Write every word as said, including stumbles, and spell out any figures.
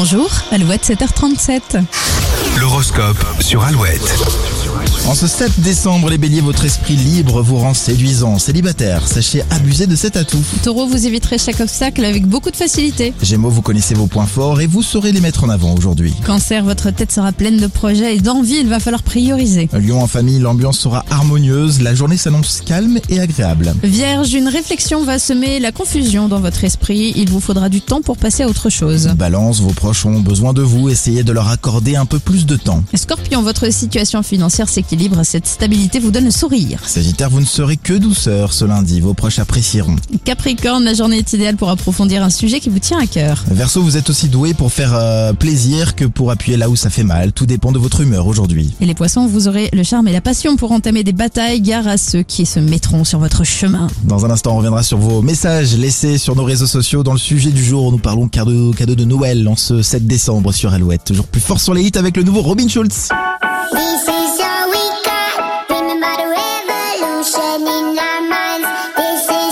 Bonjour, Alouette sept heures trente-sept. L'horoscope sur Alouette. En ce sept décembre, les béliers, votre esprit libre vous rend séduisant. Célibataire, sachez abuser de cet atout. Taureau, vous éviterez chaque obstacle avec beaucoup de facilité. Gémeaux, vous connaissez vos points forts et vous saurez les mettre en avant aujourd'hui. Cancer, votre tête sera pleine de projets et d'envie, il va falloir prioriser. Lion, en famille, l'ambiance sera harmonieuse, la journée s'annonce calme et agréable. Vierge, une réflexion va semer la confusion dans votre esprit, il vous faudra du temps pour passer à autre chose. Balance, vos proches ont besoin de vous, essayez de leur accorder un peu plus de temps. Scorpion, votre situation financière s'équilibre, cette stabilité vous donne le sourire. Sagittaire, vous ne serez que douceur ce lundi, vos proches apprécieront. Capricorne, la journée est idéale pour approfondir un sujet qui vous tient à cœur. Verseau, vous êtes aussi doué pour faire euh, plaisir que pour appuyer là où ça fait mal, tout dépend de votre humeur aujourd'hui. Et les poissons, vous aurez le charme et la passion pour entamer des batailles, gare à ceux qui se mettront sur votre chemin. Dans un instant, on reviendra sur vos messages laissés sur nos réseaux sociaux. Dans le sujet du jour, nous parlons cadeau, cadeau de Noël en ce sept décembre sur Alouette. Toujours plus fort sur les hits avec le nouveau Robin Schulz. This is